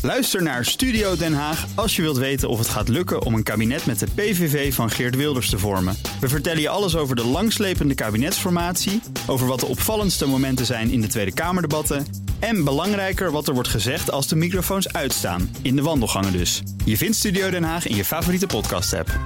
Luister naar Studio Den Haag als je wilt weten of het gaat lukken om een kabinet met de PVV van Geert Wilders te vormen. We vertellen je alles over de langslepende kabinetsformatie, over wat de opvallendste momenten zijn in de Tweede Kamerdebatten en belangrijker wat er wordt gezegd als de microfoons uitstaan, in de wandelgangen dus. Je vindt Studio Den Haag in je favoriete podcast-app.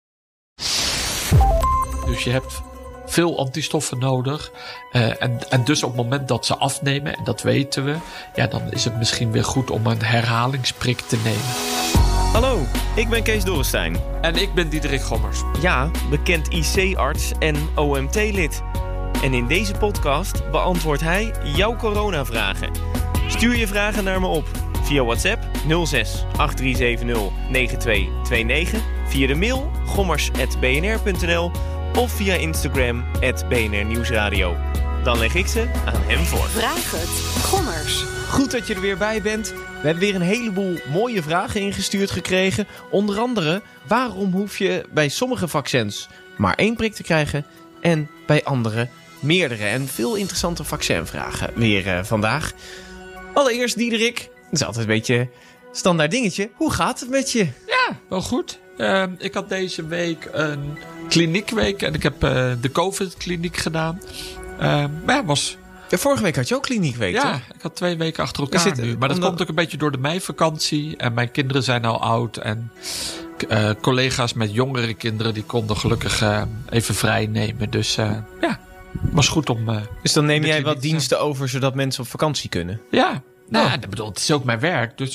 Dus je hebt veel antistoffen nodig. En dus op het moment dat ze afnemen, en dat weten we, ja, dan is het misschien weer goed om een herhalingsprik te nemen. Hallo, ik ben Kees Dorrestein. En ik ben Diederik Gommers. Ja, bekend IC-arts en OMT-lid. En in deze podcast beantwoordt hij jouw coronavragen. Stuur je vragen naar me op via WhatsApp 06 8370 9229, via de mail gommers@bnr.nl of via Instagram @BNR Nieuwsradio. Dan leg ik ze aan hem voor. Vraag het, Gommers. Goed dat je er weer bij bent. We hebben weer een heleboel mooie vragen ingestuurd gekregen. Onder andere, waarom hoef je bij sommige vaccins maar 1 prik te krijgen en bij andere meerdere? En veel interessante vaccinvragen weer vandaag. Allereerst, Diederik, dat is altijd een beetje een standaard dingetje. Hoe gaat het met je? Ja, wel goed. Ik had deze week een kliniekweek en ik heb de COVID-kliniek gedaan. Maar ja, was... Ja, vorige week had je ook kliniekweek, ja, toch? Ik had 2 weken achter elkaar nu. Maar dat komt ook een beetje door de meivakantie. En mijn kinderen zijn al oud. En collega's met jongere kinderen, die konden gelukkig even vrij nemen. Dus ja, was goed om... Dus dan neem jij wat diensten over, zodat mensen op vakantie kunnen? Ja. Nou, bedoel, het is ook mijn werk. Dus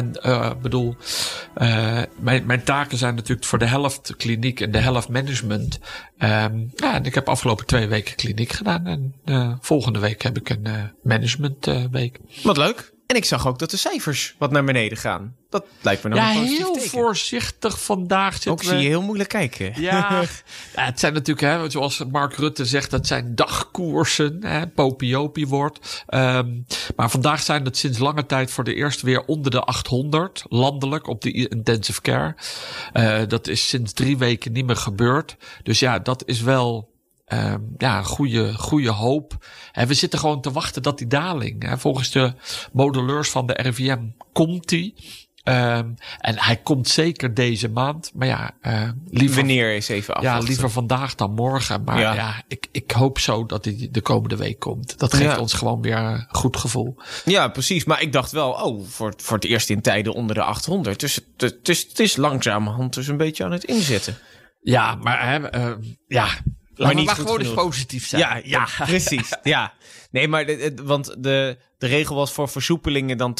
mijn taken zijn natuurlijk voor de helft kliniek en de helft management. En ik heb afgelopen 2 weken kliniek gedaan. En volgende week heb ik een managementweek. Wat leuk. En ik zag ook dat de cijfers wat naar beneden gaan. Dat lijkt me nog een positief heel teken. Voorzichtig vandaag. Ook zie je heel moeilijk kijken. Ja, het zijn natuurlijk, zoals Mark Rutte zegt, dat zijn dagkoersen. Popiopie wordt. Maar vandaag zijn het sinds lange tijd voor de eerst weer onder de 800. Landelijk op de intensive care. Dat is sinds 3 weken niet meer gebeurd. Dus ja, dat is wel... goede hoop. We zitten gewoon te wachten dat die daling, volgens de modelleurs van de RIVM, komt die. En hij komt zeker deze maand. Maar ja, liever... Wanneer is even afwachten. Ja, liever vandaag dan morgen. Maar ik hoop zo dat hij de komende week komt. Dat geeft ons gewoon weer een goed gevoel. Ja, precies. Maar ik dacht wel, voor het eerst in tijden onder de 800. Dus het is langzamerhand dus een beetje aan het inzetten. Ja, maar maar niet gewoon eens positief zijn. Ja, precies. Ja. Nee, maar want de regel was voor versoepelingen dan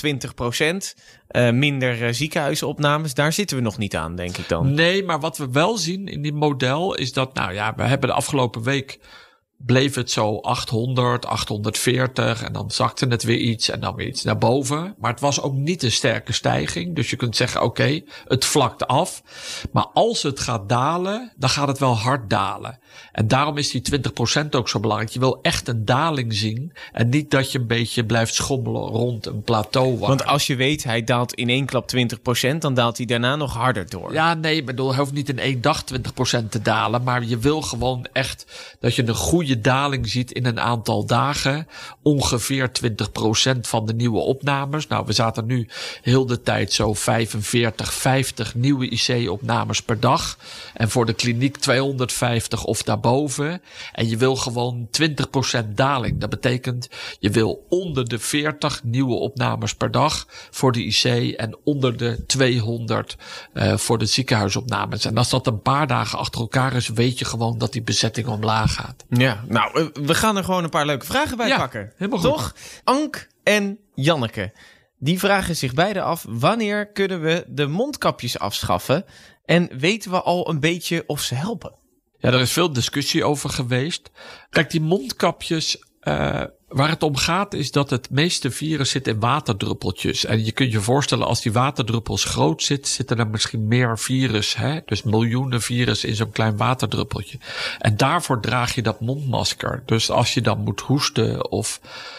20%. Minder ziekenhuisopnames. Daar zitten we nog niet aan, denk ik dan. Nee, maar wat we wel zien in die model is dat... we hebben de afgelopen week... bleef het zo 800, 840 en dan zakte het weer iets en dan weer iets naar boven. Maar het was ook niet een sterke stijging. Dus je kunt zeggen, oké, het vlakt af. Maar als het gaat dalen, dan gaat het wel hard dalen. En daarom is die 20% ook zo belangrijk. Je wil echt een daling zien en niet dat je een beetje blijft schommelen rond een plateau. Want als je weet, hij daalt in 1 klap 20%, dan daalt hij daarna nog harder door. Ja, nee, ik bedoel, hij hoeft niet in 1 dag 20% te dalen. Maar je wil gewoon echt dat je een goede daling ziet in een aantal dagen. Ongeveer 20% van de nieuwe opnames. Nou, we zaten nu heel de tijd zo 45, 50 nieuwe IC-opnames per dag. En voor de kliniek 250 of daarboven. En je wil gewoon 20% daling. Dat betekent, je wil onder de 40 nieuwe opnames per dag voor de IC en onder de 200 voor de ziekenhuisopnames. En als dat een paar dagen achter elkaar is, weet je gewoon dat die bezetting omlaag gaat. Ja, nou, we gaan er gewoon een paar leuke vragen bij pakken. Helemaal goed. Toch? Ank en Janneke, die vragen zich beide af: wanneer kunnen we de mondkapjes afschaffen? En weten we al een beetje of ze helpen? Ja, er is veel discussie over geweest. Kijk, die mondkapjes, waar het om gaat is dat het meeste virus zit in waterdruppeltjes. En je kunt je voorstellen, als die waterdruppels groot zitten er misschien meer virus. Dus miljoenen virus in zo'n klein waterdruppeltje. En daarvoor draag je dat mondmasker. Dus als je dan moet hoesten of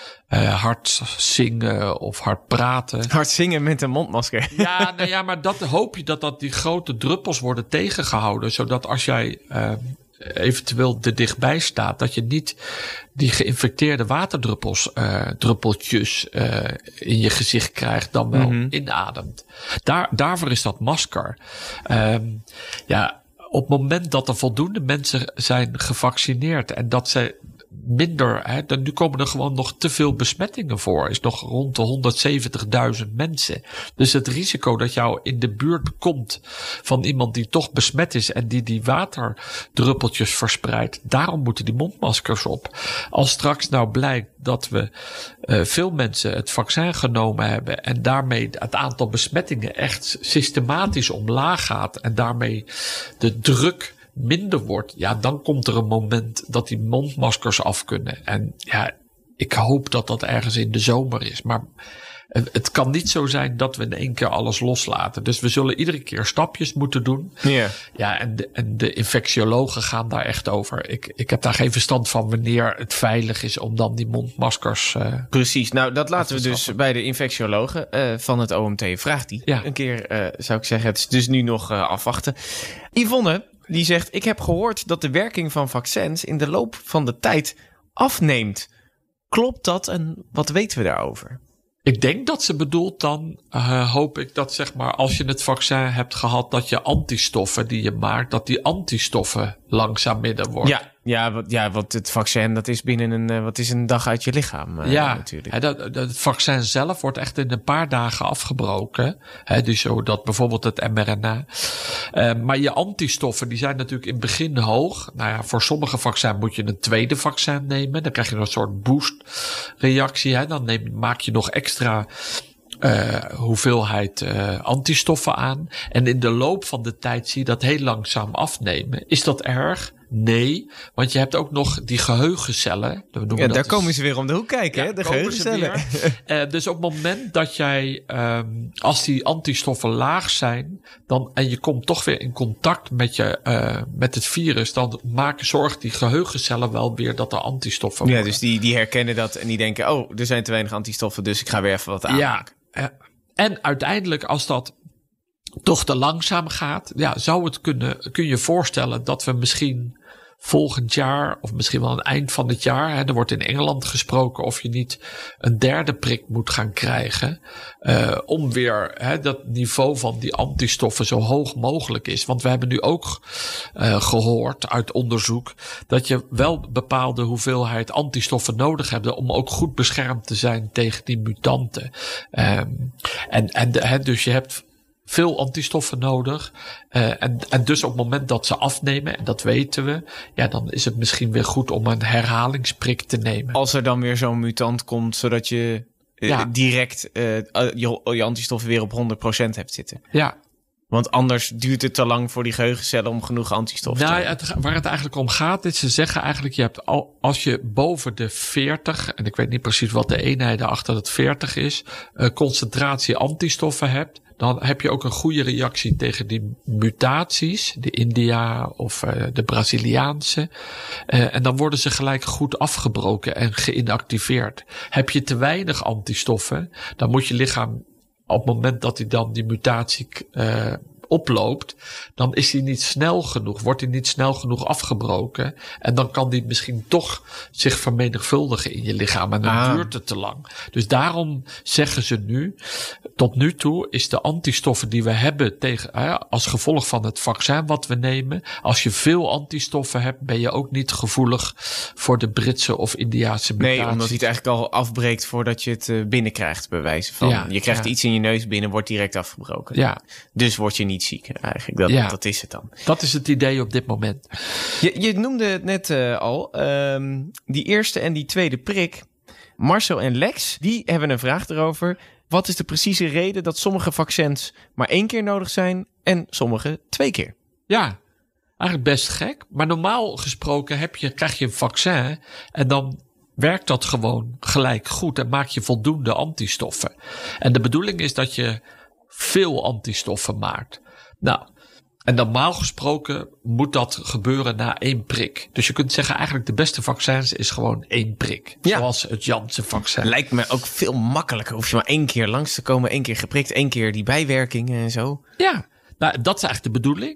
hard zingen of hard praten. Hard zingen met een mondmasker. Ja, maar dat hoop je dat die grote druppels worden tegengehouden. Zodat als jij eventueel er dichtbij staat, dat je niet die geïnfecteerde waterdruppeltjes in je gezicht krijgt, dan wel inademt. Daarvoor is dat masker. Op het moment dat er voldoende mensen zijn gevaccineerd en dat zij minder, nu komen er gewoon nog te veel besmettingen voor. Is nog rond de 170.000 mensen. Dus het risico dat jou in de buurt komt van iemand die toch besmet is en die waterdruppeltjes verspreidt. Daarom moeten die mondmaskers op. Als straks nou blijkt dat we veel mensen het vaccin genomen hebben en daarmee het aantal besmettingen echt systematisch omlaag gaat en daarmee de druk minder wordt, dan komt er een moment dat die mondmaskers af kunnen. En ik hoop dat dat ergens in de zomer is. Maar het kan niet zo zijn dat we in één keer alles loslaten. Dus we zullen iedere keer stapjes moeten doen. Ja. Ja, en de infectiologen gaan daar echt over. Ik heb daar geen verstand van wanneer het veilig is om dan die mondmaskers Precies. Nou, dat laten we dus bij de infectiologen van het OMT. Vraag die een keer, zou ik zeggen. Het is dus nu nog afwachten. Yvonne, die zegt, ik heb gehoord dat de werking van vaccins in de loop van de tijd afneemt. Klopt dat en wat weten we daarover? Ik denk dat ze bedoelt dan, hoop ik dat zeg maar als je het vaccin hebt gehad, dat je antistoffen die je maakt, dat die antistoffen langzaam minder worden. Want het vaccin dat is binnen een dag uit je lichaam natuurlijk. Het vaccin zelf wordt echt in een paar dagen afgebroken. Dus zodat bijvoorbeeld het mRNA. Maar je antistoffen die zijn natuurlijk in het begin hoog. Nou ja, voor sommige vaccins moet je een tweede vaccin nemen. Dan krijg je een soort boostreactie. Dan maak je nog extra hoeveelheid antistoffen aan. En in de loop van de tijd zie je dat heel langzaam afnemen. Is dat erg? Nee, want je hebt ook nog die geheugencellen. Daar komen ze weer om de hoek kijken, hè? De geheugencellen. Dus op het moment dat jij, als die antistoffen laag zijn, en je komt toch weer in contact met het virus, dan zorgt die geheugencellen wel weer dat er antistoffen worden. Ja, dus die herkennen dat en die denken, er zijn te weinig antistoffen, dus ik ga weer even wat aanmaken. Ja, en uiteindelijk als dat toch te langzaam gaat, kun je voorstellen dat we misschien volgend jaar of misschien wel aan het eind van het jaar, er wordt in Engeland gesproken of je niet een derde prik moet gaan krijgen, om weer dat niveau van die antistoffen zo hoog mogelijk is. Want we hebben nu ook gehoord uit onderzoek dat je wel bepaalde hoeveelheid antistoffen nodig hebt om ook goed beschermd te zijn tegen die mutanten. Dus je hebt veel antistoffen nodig. En dus op het moment dat ze afnemen, en dat weten we, dan is het misschien weer goed om een herhalingsprik te nemen. Als er dan weer zo'n mutant komt, zodat je direct je antistoffen weer op 100% hebt zitten. Ja. Want anders duurt het te lang voor die geheugencellen om genoeg antistoffen te hebben. Waar het eigenlijk om gaat is, ze zeggen eigenlijk, je hebt als je boven de 40, en ik weet niet precies wat de eenheden achter het 40 is, concentratie antistoffen hebt, dan heb je ook een goede reactie tegen die mutaties, de India of de Braziliaanse. En dan worden ze gelijk goed afgebroken en geïnactiveerd. Heb je te weinig antistoffen, dan moet je lichaam op het moment dat hij dan die mutatie oploopt, dan is hij niet snel genoeg, wordt hij niet snel genoeg afgebroken en dan kan die misschien toch zich vermenigvuldigen in je lichaam en dan duurt het te lang. Dus daarom zeggen ze nu, tot nu toe is de antistoffen die we hebben als gevolg van het vaccin wat we nemen, als je veel antistoffen hebt, ben je ook niet gevoelig voor de Britse of Indiase mutatie. Nee, omdat hij het eigenlijk al afbreekt voordat je het binnenkrijgt, bij wijze van. Je krijgt iets in je neus binnen, wordt direct afgebroken. Ja. Dus word je niet ziek eigenlijk. Dat is het dan. Dat is het idee op dit moment. Je noemde het net al. Die eerste en die tweede prik. Marcel en Lex, die hebben een vraag erover. Wat is de precieze reden dat sommige vaccins maar 1 keer nodig zijn en sommige 2 keer? Ja, eigenlijk best gek. Maar normaal gesproken krijg je een vaccin en dan werkt dat gewoon gelijk goed en maak je voldoende antistoffen. En de bedoeling is dat je veel antistoffen maakt. Nou, en normaal gesproken moet dat gebeuren na 1 prik. Dus je kunt zeggen eigenlijk de beste vaccins is gewoon 1 prik. Ja. Zoals het Janssen-vaccin. Lijkt me ook veel makkelijker. Hoef je maar 1 keer langs te komen, 1 keer geprikt, 1 keer die bijwerkingen en zo. Ja, nou, dat is eigenlijk de bedoeling.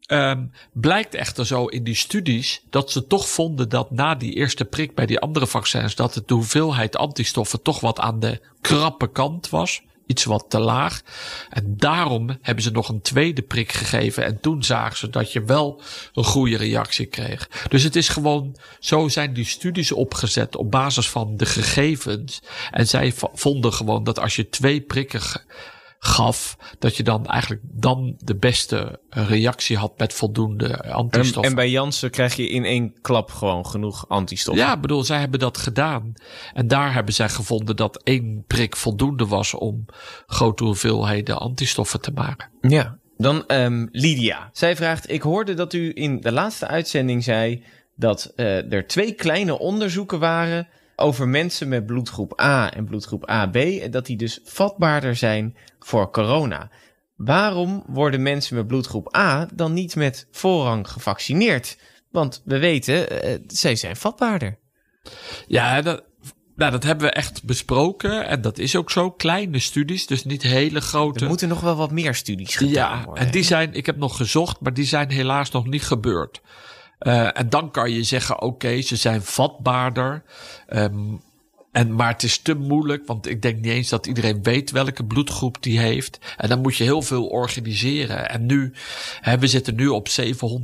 blijkt echter zo in die studies dat ze toch vonden dat na die eerste prik bij die andere vaccins, dat de hoeveelheid antistoffen toch wat aan de krappe kant was. Iets wat te laag. En daarom hebben ze nog een tweede prik gegeven. En toen zagen ze dat je wel een goede reactie kreeg. Dus het is gewoon, zo zijn die studies opgezet op basis van de gegevens. En zij vonden gewoon dat als je 2 prikken gaf, dat je dan eigenlijk de beste reactie had met voldoende antistoffen. En bij Janssen krijg je in 1 klap gewoon genoeg antistoffen. Ja, bedoel, zij hebben dat gedaan. En daar hebben zij gevonden dat 1 prik voldoende was om grote hoeveelheden antistoffen te maken. Ja, dan Lydia. Zij vraagt, ik hoorde dat u in de laatste uitzending zei dat er 2 kleine onderzoeken waren over mensen met bloedgroep A en bloedgroep AB en dat die dus vatbaarder zijn voor corona. Waarom worden mensen met bloedgroep A dan niet met voorrang gevaccineerd? Want we weten, zij zijn vatbaarder. Ja, dat hebben we echt besproken. En dat is ook zo. Kleine studies, dus niet hele grote. Er moeten nog wel wat meer studies gedaan worden. En die zijn, ik heb nog gezocht, maar die zijn helaas nog niet gebeurd. En dan kan je zeggen, oké, ze zijn vatbaarder. Maar het is te moeilijk, want ik denk niet eens dat iedereen weet welke bloedgroep die heeft. En dan moet je heel veel organiseren. En nu, we zitten nu op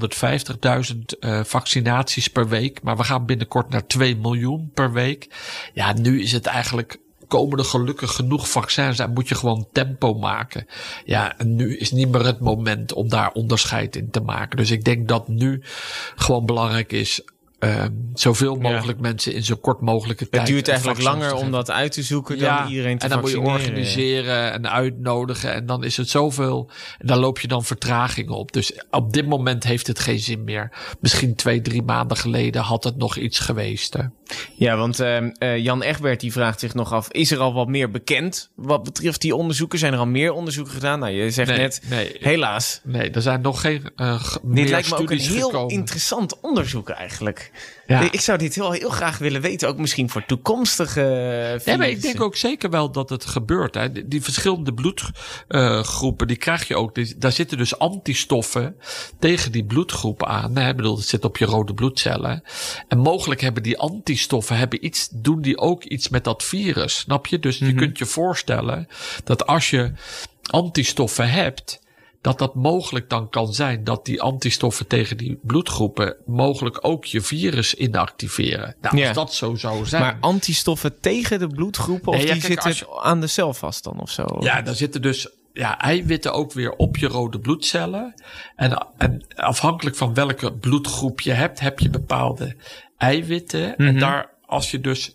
750.000 vaccinaties per week. Maar we gaan binnenkort naar 2 miljoen per week. Ja, nu is het eigenlijk, komen er gelukkig genoeg vaccins en moet je gewoon tempo maken. Ja, en nu is niet meer het moment om daar onderscheid in te maken. Dus ik denk dat nu gewoon belangrijk is zoveel mogelijk mensen in zo kort mogelijke tijd. Het duurt eigenlijk langer om dat uit te zoeken dan iedereen te vaccineren. En dan moet je organiseren en uitnodigen en dan is het zoveel. En dan loop je dan vertragingen op. Dus op dit moment heeft het geen zin meer. Misschien 2-3 maanden geleden had het nog iets geweest. Ja, want Jan Egbert die vraagt zich nog af, is er al wat meer bekend wat betreft die onderzoeken? Zijn er al meer onderzoeken gedaan? Nou, je zegt helaas. Nee, er zijn nog geen Dit lijkt me ook een heel gekomen. Interessant onderzoek eigenlijk. Ja. Ik zou dit heel graag willen weten, ook misschien voor toekomstige virussen. Ja, maar ik denk ook zeker wel dat het gebeurt. Hè. Die verschillende bloedgroepen, die krijg je ook. Daar zitten dus antistoffen tegen die bloedgroep aan. Hè. Ik bedoel, het zit op je rode bloedcellen. En mogelijk hebben die antistoffen doen die ook iets met dat virus. Snap je? Dus je kunt je voorstellen dat als je antistoffen hebt, dat mogelijk dan kan zijn dat die antistoffen tegen die bloedgroepen mogelijk ook je virus inactiveren. Nou, als dat zo zou zijn. Maar antistoffen tegen de bloedgroepen, of die zitten aan de cel vast dan of zo? Ja, daar zitten dus eiwitten ook weer op je rode bloedcellen. En afhankelijk van welke bloedgroep je hebt, heb je bepaalde eiwitten. En daar, als je dus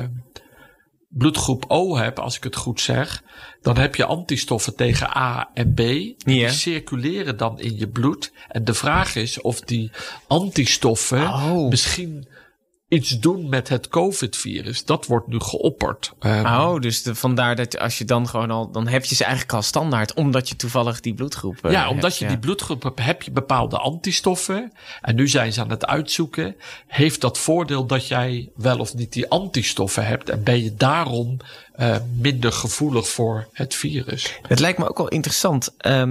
bloedgroep O hebt, als ik het goed zeg, dan heb je antistoffen tegen A en B. Die circuleren dan in je bloed. En de vraag is of die antistoffen misschien iets doen met het COVID-virus. Dat wordt nu geopperd. Dus vandaar dat als je dan gewoon dan heb je ze eigenlijk al standaard, omdat je toevallig die bloedgroep omdat je die bloedgroep hebt, heb je bepaalde antistoffen. En nu zijn ze aan het uitzoeken. Heeft dat voordeel dat jij wel of niet die antistoffen hebt? En ben je daarom minder gevoelig voor het virus? Het lijkt me ook wel interessant.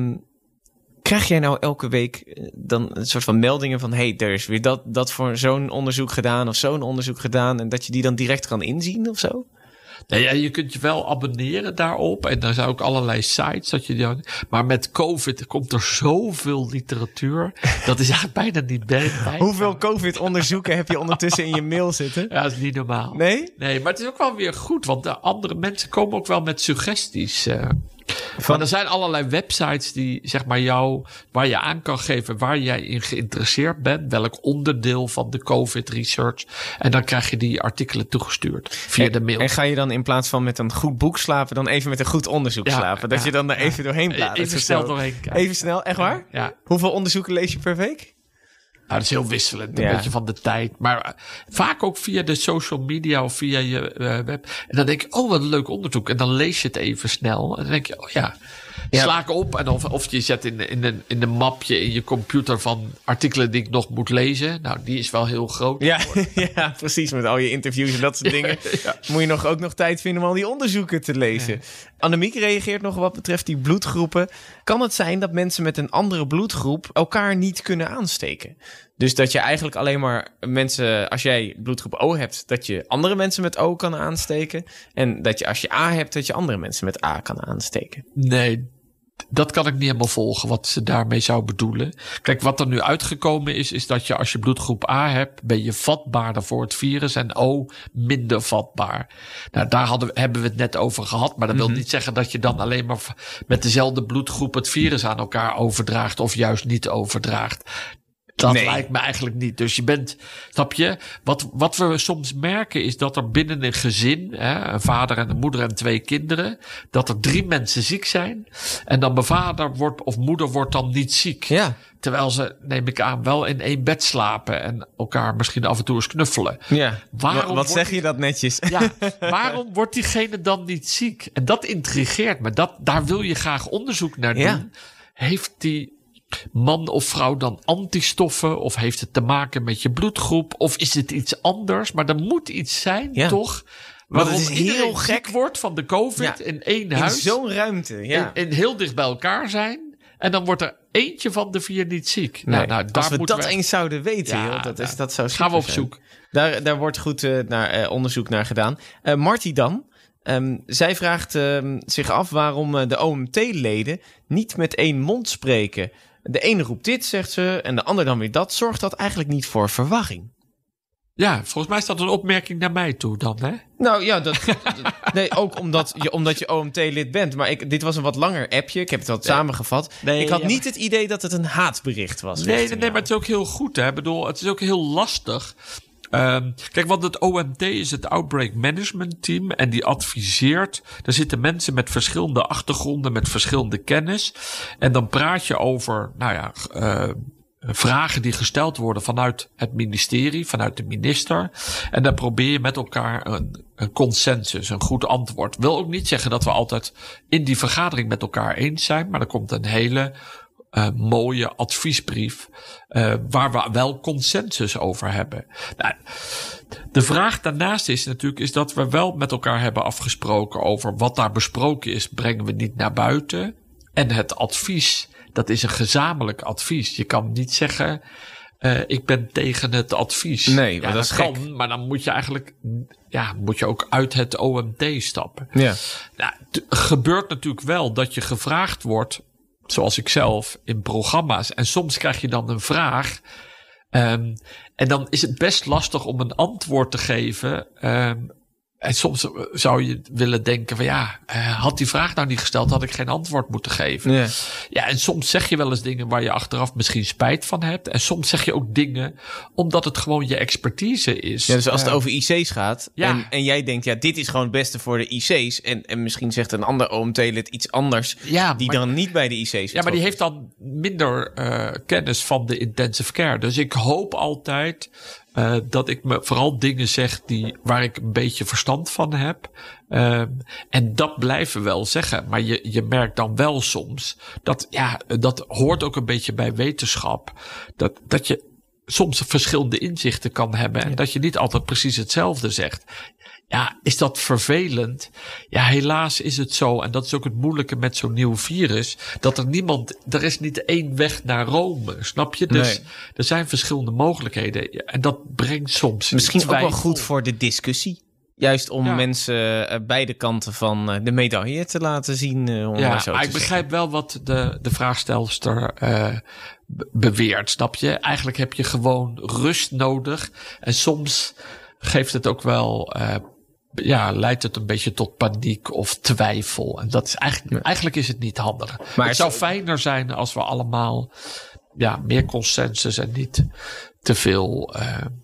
Krijg jij nou elke week dan een soort van meldingen van, er is weer dat voor zo'n onderzoek gedaan of zo'n onderzoek gedaan, en dat je die dan direct kan inzien of zo? Nou ja, je kunt je wel abonneren daarop. En er zijn ook allerlei sites. Maar met COVID komt er zoveel literatuur. Dat is eigenlijk bijna niet bij. Hoeveel COVID-onderzoeken heb je ondertussen in je mail zitten? Ja, dat is niet normaal. Nee? Nee, maar het is ook wel weer goed. Want de andere mensen komen ook wel met suggesties. Maar er zijn allerlei websites die, zeg maar, waar je aan kan geven waar jij in geïnteresseerd bent. Welk onderdeel van de COVID-research. En dan krijg je die artikelen toegestuurd via de mail. En ga je dan in plaats van met een goed boek slapen, dan even met een goed onderzoek slapen? Dat je dan daar even doorheen bladert? Even snel doorheen kijken. Even snel, echt waar? Ja. Hoeveel onderzoeken lees je per week? Nou, dat is heel wisselend, een beetje van de tijd. Maar vaak ook via de social media of via je web. En dan denk ik, wat een leuk onderzoek. En dan lees je het even snel. En dan denk je, Sla ik op en of je zet in een mapje in je computer van artikelen die ik nog moet lezen. Nou, die is wel heel groot. Ja, precies. Met al je interviews en dat soort dingen. Moet je ook nog tijd vinden om al die onderzoeken te lezen. Ja. Annemiek reageert nog wat betreft die bloedgroepen. Kan het zijn dat mensen met een andere bloedgroep elkaar niet kunnen aansteken? Dus dat je eigenlijk alleen maar mensen, als jij bloedgroep O hebt, dat je andere mensen met O kan aansteken. En dat je als je A hebt, dat je andere mensen met A kan aansteken. Nee, dat kan ik niet helemaal volgen wat ze daarmee zou bedoelen. Kijk, wat er nu uitgekomen is dat je als je bloedgroep A hebt, ben je vatbaarder voor het virus en O minder vatbaar. Nou, daar hebben we het net over gehad, maar dat wil niet zeggen dat je dan alleen maar met dezelfde bloedgroep het virus aan elkaar overdraagt of juist niet overdraagt. Dat lijkt me eigenlijk niet. Dus je bent, snap je, wat we soms merken is dat er binnen een gezin, een vader en een moeder en 2 kinderen, dat er 3 mensen ziek zijn. En dan mijn vader of moeder wordt dan niet ziek. Ja. Terwijl ze, neem ik aan, wel in 1 bed slapen en elkaar misschien af en toe eens knuffelen. Ja. Wat zeg je dat netjes? Ja, waarom wordt diegene dan niet ziek? En dat intrigeert me. Daar wil je graag onderzoek naar doen. Ja. Heeft die man of vrouw dan antistoffen? Of heeft het te maken met je bloedgroep? Of is het iets anders? Maar er moet iets zijn, toch? Waarom het is heel gek wordt van de COVID in 1 huis. In zo'n ruimte, en heel dicht bij elkaar zijn. En dan wordt er eentje van de 4 niet ziek. Nee, daar als we dat eens zouden weten, dat zou gaan we op zoek. Daar wordt goed onderzoek naar gedaan. Marty dan. Zij vraagt zich af waarom de OMT-leden niet met 1 mond spreken. De ene roept dit, zegt ze, en de ander dan weer dat. Zorgt dat eigenlijk niet voor verwarring? Ja, volgens mij is dat een opmerking naar mij toe dan, hè? Nou ja, nee, ook omdat je OMT-lid bent. Maar dit was een wat langer appje. Ik heb het wat samengevat. Ik had niet het idee dat het een haatbericht was. Nee, maar het is ook heel goed, hè? Ik bedoel, het is ook heel lastig. Kijk, want het OMT is het Outbreak Management Team en die adviseert. Daar zitten mensen met verschillende achtergronden, met verschillende kennis. En dan praat je over, vragen die gesteld worden vanuit het ministerie, vanuit de minister. En dan probeer je met elkaar een consensus, een goed antwoord. Wil ook niet zeggen dat we altijd in die vergadering met elkaar eens zijn, maar er komt een hele mooie adviesbrief waar we wel consensus over hebben. Nou, de vraag daarnaast is dat we wel met elkaar hebben afgesproken over wat daar besproken is, brengen we niet naar buiten. En het advies, dat is een gezamenlijk advies. Je kan niet zeggen, ik ben tegen het advies. Nee, maar dat kan, gek. Maar dan moet je eigenlijk, moet je ook uit het OMT stappen. Ja. Nou, het gebeurt natuurlijk wel dat je gevraagd wordt, zoals ik zelf, in programma's. En soms krijg je dan een vraag. En dan is het best lastig om een antwoord te geven. En soms zou je willen denken van had die vraag nou niet gesteld, had ik geen antwoord moeten geven. Ja. Ja, en soms zeg je wel eens dingen waar je achteraf misschien spijt van hebt. En soms zeg je ook dingen omdat het gewoon je expertise is. Ja, dus als het over IC's gaat en jij denkt, dit is gewoon het beste voor de IC's. En misschien zegt een ander OMT-lid iets anders die dan niet bij de IC's betrokken. Ja, maar die heeft dan minder kennis van de intensive care. Dus ik hoop altijd dat ik me vooral dingen zeg waar ik een beetje verstand van heb. En dat blijven we wel zeggen. Maar je merkt dan wel soms dat hoort ook een beetje bij wetenschap. Dat je soms verschillende inzichten kan hebben. En dat je niet altijd precies hetzelfde zegt. Ja, is dat vervelend? Ja, helaas is het zo. En dat is ook het moeilijke met zo'n nieuw virus. Dat er is niet 1 weg naar Rome. Snap je? Dus er zijn verschillende mogelijkheden. En dat brengt soms misschien ook wel goed voor de discussie. Juist om mensen beide kanten van de medaille te laten zien. Maar ik begrijp wel wat de vraagstelster beweert. Snap je? Eigenlijk heb je gewoon rust nodig. En soms geeft het ook wel leidt het een beetje tot paniek of twijfel. En dat is eigenlijk is het niet handig. Maar het zou fijner zijn als we allemaal meer consensus en niet te veel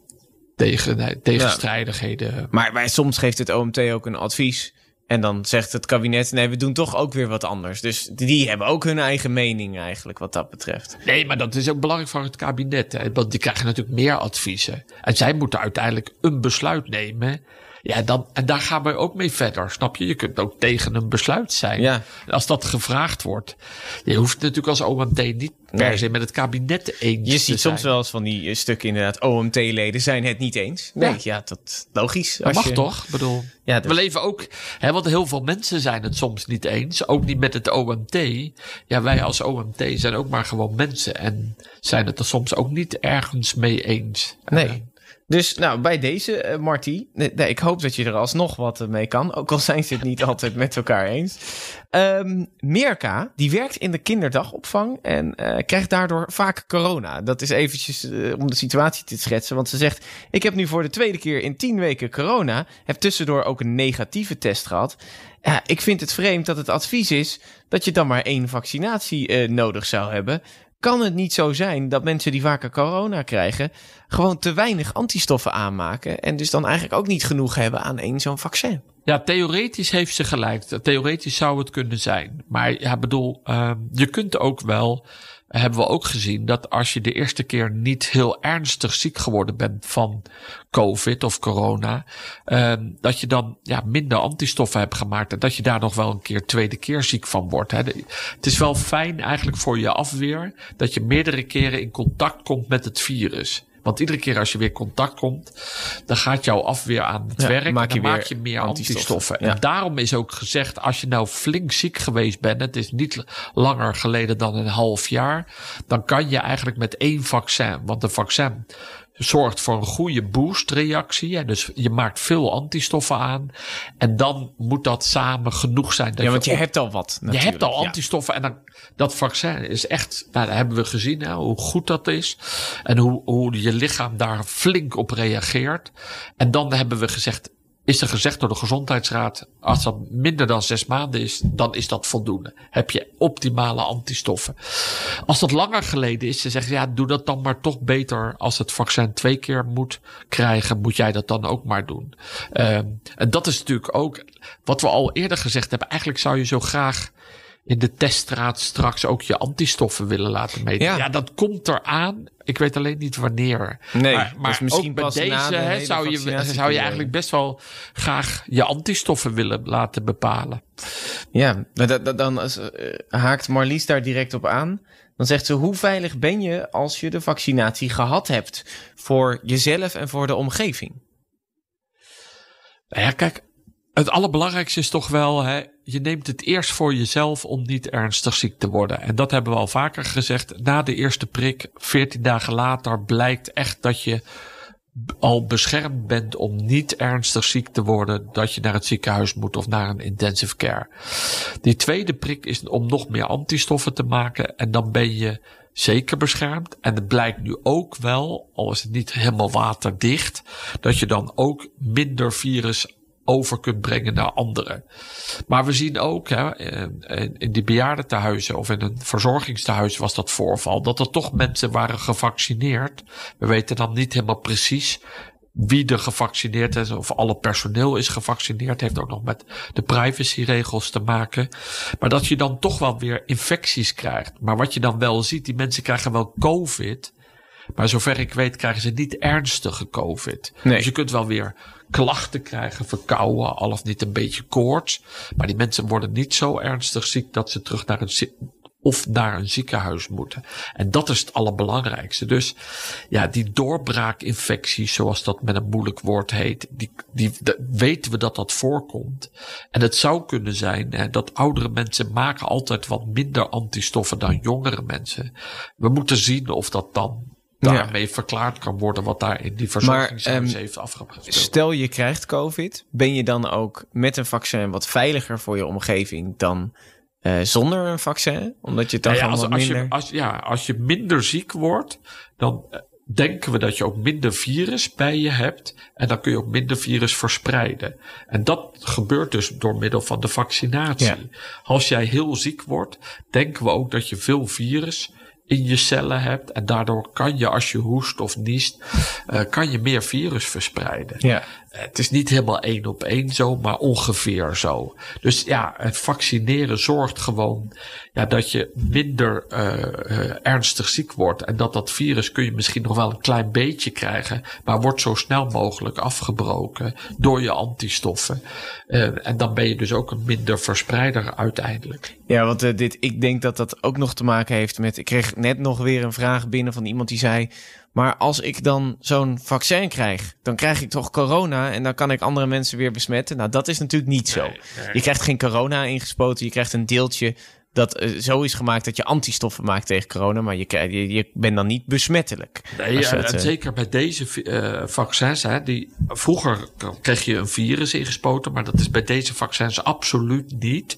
tegenstrijdigheden. Maar soms geeft het OMT ook een advies. En dan zegt het kabinet, nee, we doen toch ook weer wat anders. Dus die hebben ook hun eigen mening eigenlijk wat dat betreft. Nee, maar dat is ook belangrijk voor het kabinet. Hè? Want die krijgen natuurlijk meer adviezen. En zij moeten uiteindelijk een besluit nemen. Ja, en daar gaan we ook mee verder, snap je? Je kunt ook tegen een besluit zijn. Ja. Als dat gevraagd wordt. Je hoeft natuurlijk als OMT niet per se met het kabinet eens Je te ziet zijn. soms wel eens van die stukken inderdaad. OMT-leden zijn het niet eens. Nee, ja dat logisch. Dat mag toch? Ik bedoel, Ja, dus- we leven ook... want heel veel mensen zijn het soms niet eens. Ook niet met het OMT. Ja, wij als OMT zijn ook maar gewoon mensen. En zijn het er soms ook niet ergens mee eens. Nee. Dus bij deze, Marty, ik hoop dat je er alsnog wat mee kan. Ook al zijn ze het niet altijd met elkaar eens. Mirka, die werkt in de kinderdagopvang en krijgt daardoor vaak corona. Dat is eventjes om de situatie te schetsen. Want ze zegt, ik heb nu voor de tweede keer in 10 weken corona. Heb tussendoor ook een negatieve test gehad. Ik vind het vreemd dat het advies is dat je dan maar 1 vaccinatie nodig zou hebben. Kan het niet zo zijn dat mensen die vaker corona krijgen gewoon te weinig antistoffen aanmaken en dus dan eigenlijk ook niet genoeg hebben aan 1 zo'n vaccin? Ja, theoretisch heeft ze gelijk. Theoretisch zou het kunnen zijn. Maar ja, bedoel, je kunt ook wel, hebben we ook gezien, dat als je de eerste keer niet heel ernstig ziek geworden bent van COVID of corona, dat je dan minder antistoffen hebt gemaakt en dat je daar nog wel een keer tweede keer ziek van wordt. Hè. Het is wel fijn eigenlijk voor je afweer dat je meerdere keren in contact komt met het virus. Want iedere keer als je weer contact komt, dan gaat jouw afweer aan het werk en dan maak je meer antistoffen. Ja. En daarom is ook gezegd, als je nou flink ziek geweest bent, het is niet langer geleden dan een half jaar, dan kan je eigenlijk met 1 vaccin, want een vaccin zorgt voor een goede boostreactie. En dus je maakt veel antistoffen aan. En dan moet dat samen genoeg zijn. Dat want je hebt al wat natuurlijk. Je hebt al antistoffen. En dan, dat vaccin is echt, dat hebben we gezien, hoe goed dat is. En hoe je lichaam daar flink op reageert. En dan hebben we gezegd, is er gezegd door de Gezondheidsraad, als dat minder dan 6 maanden is, dan is dat voldoende. Heb je optimale antistoffen. Als dat langer geleden is, ze zeggen, doe dat dan maar toch beter. Als het vaccin 2 keer moet krijgen, moet jij dat dan ook maar doen. En dat is natuurlijk ook wat we al eerder gezegd hebben. Eigenlijk zou je zo graag in de teststraat straks ook je antistoffen willen laten meten. Ja, dat komt eraan. Ik weet alleen niet wanneer. Nee, maar dus misschien ook bij pas na deze zou je eigenlijk best wel graag je antistoffen willen laten bepalen. Ja, dan haakt Marlies daar direct op aan. Dan zegt ze, hoe veilig ben je als je de vaccinatie gehad hebt? Voor jezelf en voor de omgeving. Nou ja, kijk, het allerbelangrijkste is toch wel, je neemt het eerst voor jezelf om niet ernstig ziek te worden. En dat hebben we al vaker gezegd. Na de eerste prik, 14 dagen later, blijkt echt dat je al beschermd bent om niet ernstig ziek te worden, dat je naar het ziekenhuis moet of naar een intensive care. Die tweede prik is om nog meer antistoffen te maken en dan ben je zeker beschermd. En het blijkt nu ook wel, al is het niet helemaal waterdicht, dat je dan ook minder virus over kunt brengen naar anderen. Maar we zien ook, in die bejaardentehuizen of in een verzorgingstehuis was dat voorval, dat er toch mensen waren gevaccineerd. We weten dan niet helemaal precies wie er gevaccineerd is of alle personeel is gevaccineerd. Heeft ook nog met de privacyregels te maken. Maar dat je dan toch wel weer infecties krijgt. Maar wat je dan wel ziet, die mensen krijgen wel COVID, maar zover ik weet krijgen ze niet ernstige COVID. Nee. Dus je kunt wel weer klachten krijgen, verkouden, al of niet een beetje koorts. Maar die mensen worden niet zo ernstig ziek dat ze terug naar een ziekenhuis moeten. En dat is het allerbelangrijkste. Dus die doorbraakinfecties, zoals dat met een moeilijk woord heet, die weten we dat dat voorkomt. En het zou kunnen zijn dat oudere mensen maken altijd wat minder antistoffen dan jongere mensen. We moeten zien of dat dan daarmee verklaard kan worden wat daar in die verzorgingshuis heeft afgespeeld. Stel je krijgt COVID, ben je dan ook met een vaccin wat veiliger voor je omgeving dan zonder een vaccin? Omdat je het dan gewoon wat minder... Als je minder ziek wordt, dan denken we dat je ook minder virus bij je hebt. En dan kun je ook minder virus verspreiden. En dat gebeurt dus door middel van de vaccinatie. Ja. Als jij heel ziek wordt, denken we ook dat je veel virus in je cellen hebt. En daardoor kan je, als je hoest of niest, kan je meer virus verspreiden. Ja. Het is niet helemaal 1 op 1 zo, maar ongeveer zo. Dus ja, het vaccineren zorgt gewoon dat je minder ernstig ziek wordt. En dat virus kun je misschien nog wel een klein beetje krijgen, maar wordt zo snel mogelijk afgebroken door je antistoffen. En dan ben je dus ook een minder verspreider uiteindelijk. Ja, want ik denk dat ook nog te maken heeft met... Ik kreeg net nog weer een vraag binnen van iemand die zei... Maar als ik dan zo'n vaccin krijg, dan krijg ik toch corona en dan kan ik andere mensen weer besmetten. Nou, dat is natuurlijk niet zo. Nee. Je krijgt geen corona ingespoten, je krijgt een deeltje dat zo is gemaakt dat je antistoffen maakt tegen corona, maar je bent dan niet besmettelijk. Nee, en zeker bij deze vaccins. Vroeger kreeg je een virus ingespoten, maar dat is bij deze vaccins absoluut niet.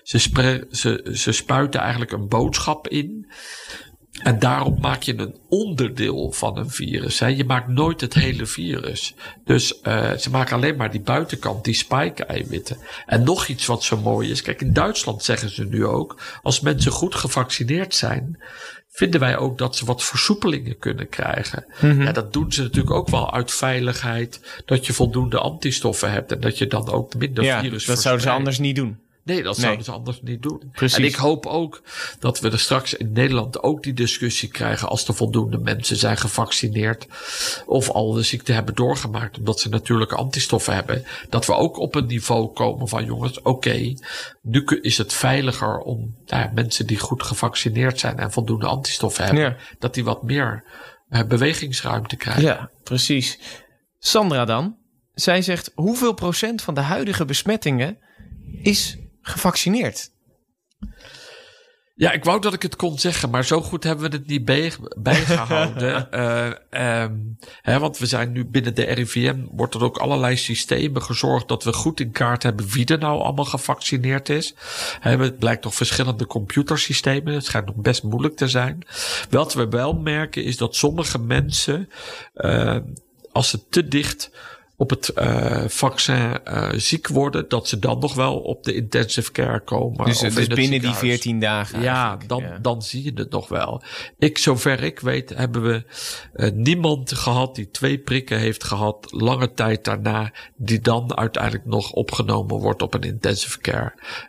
Ze spuiten eigenlijk een boodschap in. En daarom maak je een onderdeel van een virus. Je maakt nooit het hele virus. Dus ze maken alleen maar die buitenkant, die spike-eiwitten. En nog iets wat zo mooi is. Kijk, in Duitsland zeggen ze nu ook, als mensen goed gevaccineerd zijn, vinden wij ook dat ze wat versoepelingen kunnen krijgen. Mm-hmm. Ja, dat doen ze natuurlijk ook wel uit veiligheid, dat je voldoende antistoffen hebt en dat je dan ook minder virus verspreidt. Dat zouden ze anders niet doen. Nee, dat zouden ze anders niet doen. Precies. En ik hoop ook dat we er straks in Nederland ook die discussie krijgen als er voldoende mensen zijn gevaccineerd of al de ziekte hebben doorgemaakt, omdat ze natuurlijke antistoffen hebben. Dat we ook op een niveau komen van jongens, oké, nu is het veiliger om mensen die goed gevaccineerd zijn en voldoende antistoffen hebben, dat die wat meer bewegingsruimte krijgen. Ja, precies. Sandra dan, zij zegt hoeveel procent van de huidige besmettingen is gevaccineerd? Ja, ik wou dat ik het kon zeggen, maar zo goed hebben we het niet bijgehouden. Want we zijn nu binnen de RIVM, wordt er ook allerlei systemen gezorgd dat we goed in kaart hebben wie er nou allemaal gevaccineerd is. Het blijkt toch verschillende computersystemen, het schijnt nog best moeilijk te zijn. Wat we wel merken is dat sommige mensen, als ze te dicht op het vaccin ziek worden, dat ze dan nog wel op de intensive care komen. Dus of binnen die 14 dagen. Ja, dan zie je het nog wel. Zover ik weet, hebben we niemand gehad die 2 prikken heeft gehad, lange tijd daarna, die dan uiteindelijk nog opgenomen wordt op een intensive care.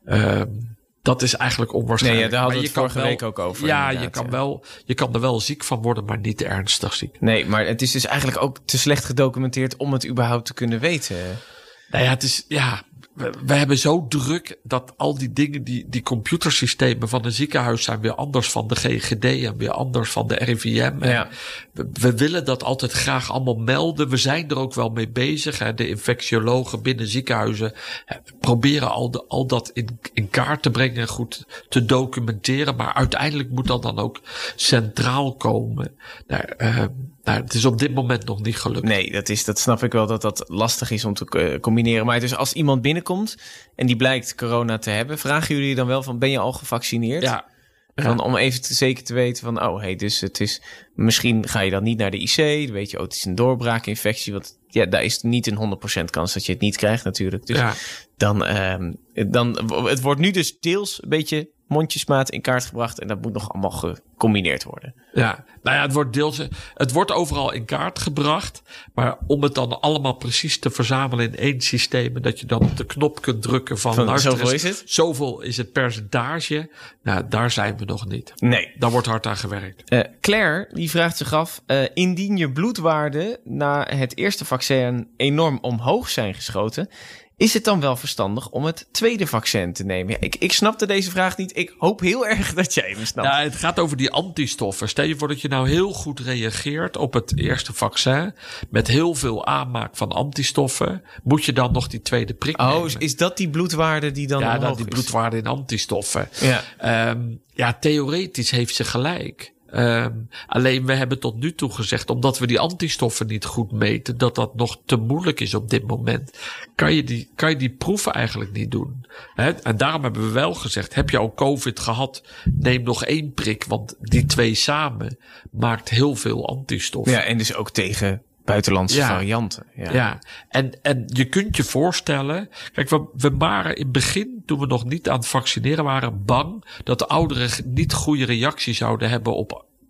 Dat is eigenlijk onwaarschijnlijk. Nee, daar hadden we het vorige week ook over. Ja, je kan er wel ziek van worden, maar niet ernstig ziek. Nee, maar het is dus eigenlijk ook te slecht gedocumenteerd om het überhaupt te kunnen weten. Nou ja, het is, we hebben zo druk dat al die dingen, die computersystemen van een ziekenhuis zijn weer anders van de GGD en weer anders van de RIVM. Ja. We willen dat altijd graag allemaal melden. We zijn er ook wel mee bezig. De infectiologen binnen ziekenhuizen proberen al dat in kaart te brengen en goed te documenteren. Maar uiteindelijk moet dat dan ook centraal komen. Het is op dit moment nog niet gelukt. Nee, dat snap ik wel dat lastig is om te combineren. Maar dus als iemand binnenkomt en die blijkt corona te hebben, vragen jullie dan wel van, ben je al gevaccineerd? Ja. Om even zeker te weten van, dus het is, misschien ga je dan niet naar de IC, dan weet je, het is een doorbraakinfectie, want daar is niet een 100% kans dat je het niet krijgt natuurlijk. Dus dan, het wordt nu dus deels een beetje mondjesmaat in kaart gebracht en dat moet nog allemaal gecombineerd worden. Ja, het wordt overal in kaart gebracht, maar om het dan allemaal precies te verzamelen in één systeem en dat je dan op de knop kunt drukken van zoveel is het? Zoveel is het percentage. Nou, daar zijn we nog niet. Nee. Daar wordt hard aan gewerkt. Claire, die vraagt zich af, indien je bloedwaarden na het eerste vaccin enorm omhoog zijn geschoten, is het dan wel verstandig om het tweede vaccin te nemen? Ja, ik snapte deze vraag niet. Ik hoop heel erg dat jij hem snapt. Ja, het gaat over die antistoffen. Stel je voor dat je nou heel goed reageert op het eerste vaccin met heel veel aanmaak van antistoffen. Moet je dan nog die tweede prik nemen? Oh, is dat die bloedwaarde die dan omhoog is? Die bloedwaarde in antistoffen. Ja. Theoretisch heeft ze gelijk. Alleen we hebben tot nu toe gezegd, omdat we die antistoffen niet goed meten, dat nog te moeilijk is op dit moment. Kan je die proeven eigenlijk niet doen. En daarom hebben we wel gezegd, heb je al COVID gehad, neem nog 1 prik, want die 2 samen maakt heel veel antistoffen. Ja, en dus ook tegen buitenlandse varianten. Ja. En je kunt je voorstellen, kijk, we waren in het begin, toen we nog niet aan het vaccineren waren, bang dat de ouderen niet goede reactie zouden hebben op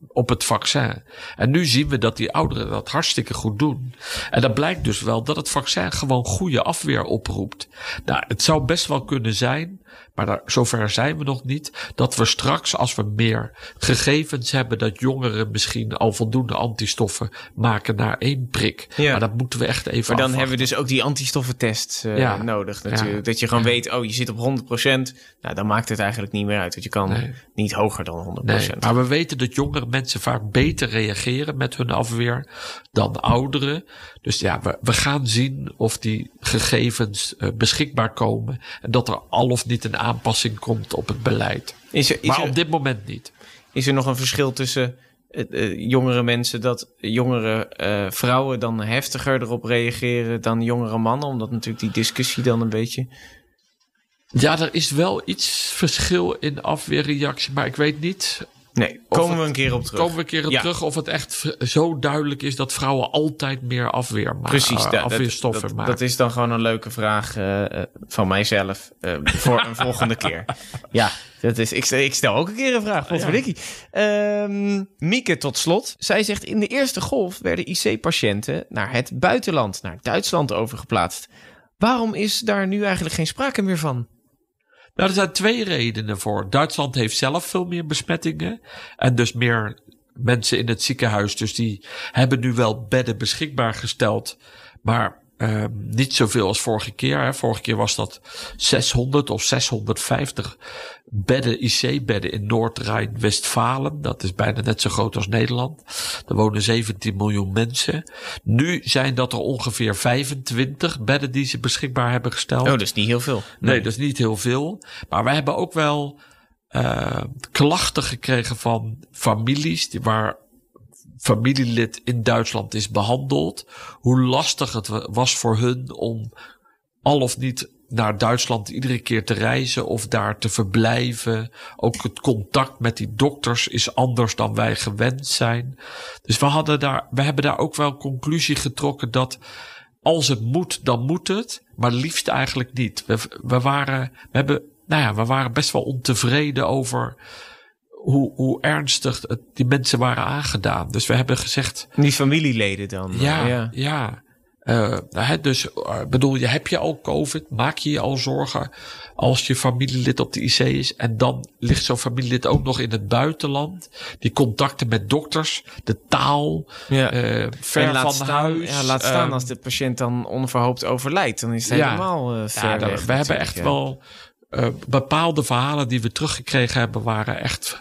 op het vaccin. En nu zien we dat die ouderen dat hartstikke goed doen. En dat blijkt dus wel dat het vaccin gewoon goede afweer oproept. Nou, het zou best wel kunnen zijn, maar zover zijn we nog niet, dat we straks, als we meer gegevens hebben, dat jongeren misschien al voldoende antistoffen maken na 1 prik. Ja. Maar dat moeten we echt even Maar dan afwachten. hebben we dus ook die antistoffentest nodig natuurlijk. Ja. Dat je gewoon weet, je zit op 100%. Nou, dan maakt het eigenlijk niet meer uit. Want je kan niet hoger dan 100%. Nee, maar we weten dat jongere mensen vaak beter reageren met hun afweer dan ouderen. Dus ja, we gaan zien of die gegevens beschikbaar komen. En dat er al of niet een aanpassing komt op het beleid. Maar op dit moment niet. Is er nog een verschil tussen jongere mensen, dat jongere vrouwen dan heftiger erop reageren dan jongere mannen? Omdat natuurlijk die discussie dan een beetje... Ja, er is wel iets verschil in afweerreactie, maar ik weet niet... Nee, komen we een keer op terug. Of het echt zo duidelijk is dat vrouwen altijd meer afweer maken. Precies, afweerstoffen maken. Dat is dan gewoon een leuke vraag van mijzelf voor een volgende keer. Ja, ik stel ook een keer een vraag. Potverdikkie. Mieke tot slot. Zij zegt, in de eerste golf werden IC-patiënten naar het buitenland, naar Duitsland overgeplaatst. Waarom is daar nu eigenlijk geen sprake meer van? Nou, er zijn 2 redenen voor. Duitsland heeft zelf veel meer besmettingen en dus meer mensen in het ziekenhuis. Dus die hebben nu wel bedden beschikbaar gesteld, maar niet zoveel als vorige keer. Hè. Vorige keer was dat 600 of 650 bedden, IC-bedden in Noord-Rijn-Westfalen. Dat is bijna net zo groot als Nederland. Er wonen 17 miljoen mensen. Nu zijn dat er ongeveer 25 bedden die ze beschikbaar hebben gesteld. Oh, dat is niet heel veel. Nee, dat is niet heel veel. Maar we hebben ook wel klachten gekregen van families waar familielid in Duitsland is behandeld. Hoe lastig het was voor hun om al of niet naar Duitsland iedere keer te reizen of daar te verblijven. Ook het contact met die dokters is anders dan wij gewend zijn. Dus we hebben daar ook wel conclusie getrokken dat als het moet, dan moet het. Maar liefst eigenlijk niet. We waren best wel ontevreden over hoe ernstig die mensen waren aangedaan. Dus we hebben gezegd... Die familieleden dan? Ja. Heb je al COVID? Maak je al zorgen als je familielid op de IC is? En dan ligt zo'n familielid ook nog in het buitenland. Die contacten met dokters, de taal, ver van huis. Ja, laat staan als de patiënt dan onverhoopt overlijdt. Dan is het helemaal ver weg. We hebben echt wel... bepaalde verhalen die we teruggekregen hebben waren echt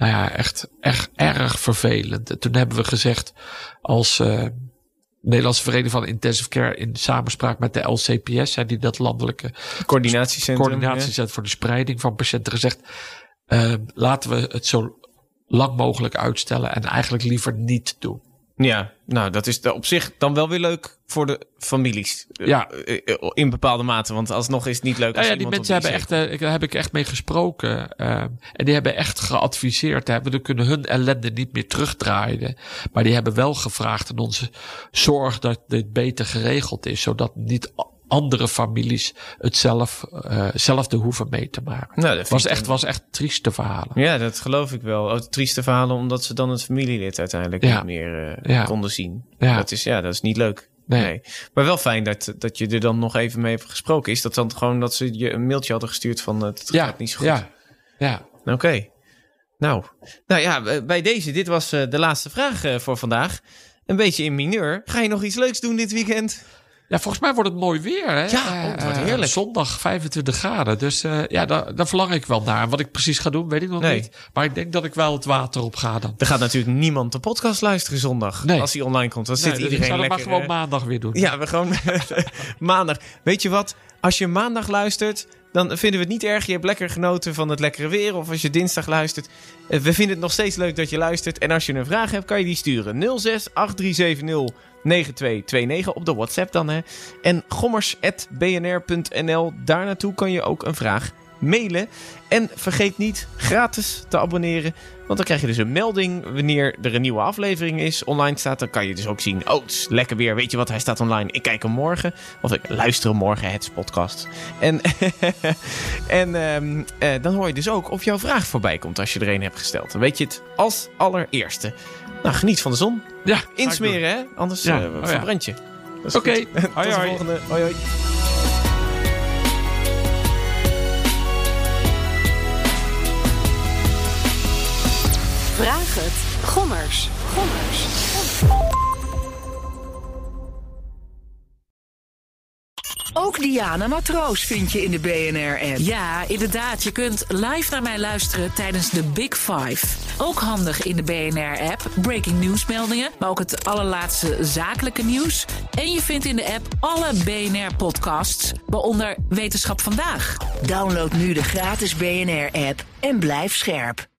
erg vervelend. En toen hebben we gezegd als Nederlandse Vereniging van Intensive Care in samenspraak met de LCPS, die dat landelijke coördinatiecentrum voor de spreiding van patiënten, gezegd, laten we het zo lang mogelijk uitstellen en eigenlijk liever niet doen. Ja, nou dat is op zich dan wel weer leuk voor de families. Ja. In bepaalde mate, want alsnog is het niet leuk als die mensen hebben echt, daar heb ik echt mee gesproken. En die hebben echt geadviseerd. We kunnen hun ellende niet meer terugdraaien. Maar die hebben wel gevraagd aan onze zorg dat dit beter geregeld is. Zodat niet andere families hetzelfde hoeven mee te maken. Nou, was echt trieste verhalen. Ja, dat geloof ik wel. Trieste verhalen omdat ze dan het familielid uiteindelijk niet meer konden zien. Ja. Dat is niet leuk. Nee. Maar wel fijn dat je er dan nog even mee hebt gesproken. Is dat dan gewoon dat ze je een mailtje hadden gestuurd van het gaat niet zo goed? Ja. Oké. Nou ja, bij deze. Dit was de laatste vraag voor vandaag. Een beetje in mineur. Ga je nog iets leuks doen dit weekend? Ja, volgens mij wordt het mooi weer. Hè? Ja, het wordt heerlijk. Zondag 25 graden. Dus daar verlang ik wel naar. Wat ik precies ga doen, weet ik nog niet. Maar ik denk dat ik wel het water op ga dan. Er gaat natuurlijk niemand de podcast luisteren zondag. Nee. Als die online komt. Dan zit iedereen lekker. Ik zou dat maar gewoon maandag weer doen. Ja, we gewoon maandag. Weet je wat? Als je maandag luistert, dan vinden we het niet erg. Je hebt lekker genoten van het lekkere weer. Of als je dinsdag luistert. We vinden het nog steeds leuk dat je luistert. En als je een vraag hebt, kan je die sturen. 06 8370 9229 op de WhatsApp dan. Hè. En gommers@bnr.nl. Daar naartoe kan je ook een vraag mailen. En vergeet niet gratis te abonneren. Want dan krijg je dus een melding wanneer er een nieuwe aflevering is. Online staat, dan kan je dus ook zien. Oh, het is lekker weer. Weet je wat, hij staat online. Ik kijk hem morgen. Of ik luister hem morgen, het podcast. En dan hoor je dus ook of jouw vraag voorbij komt als je er een hebt gesteld. Dan weet je het als allereerste. Nou, geniet van de zon. Ja, insmeren, hè? Anders verbrand je. Oké. Tot de volgende. Hoi, hoi. Vraag het. Gommers. Ook Diana Matroos vind je in de BNR-app. Ja, inderdaad. Je kunt live naar mij luisteren tijdens de Big Five. Ook handig in de BNR-app. Breaking nieuwsmeldingen, maar ook het allerlaatste zakelijke nieuws. En je vindt in de app alle BNR-podcasts, waaronder Wetenschap Vandaag. Download nu de gratis BNR-app en blijf scherp.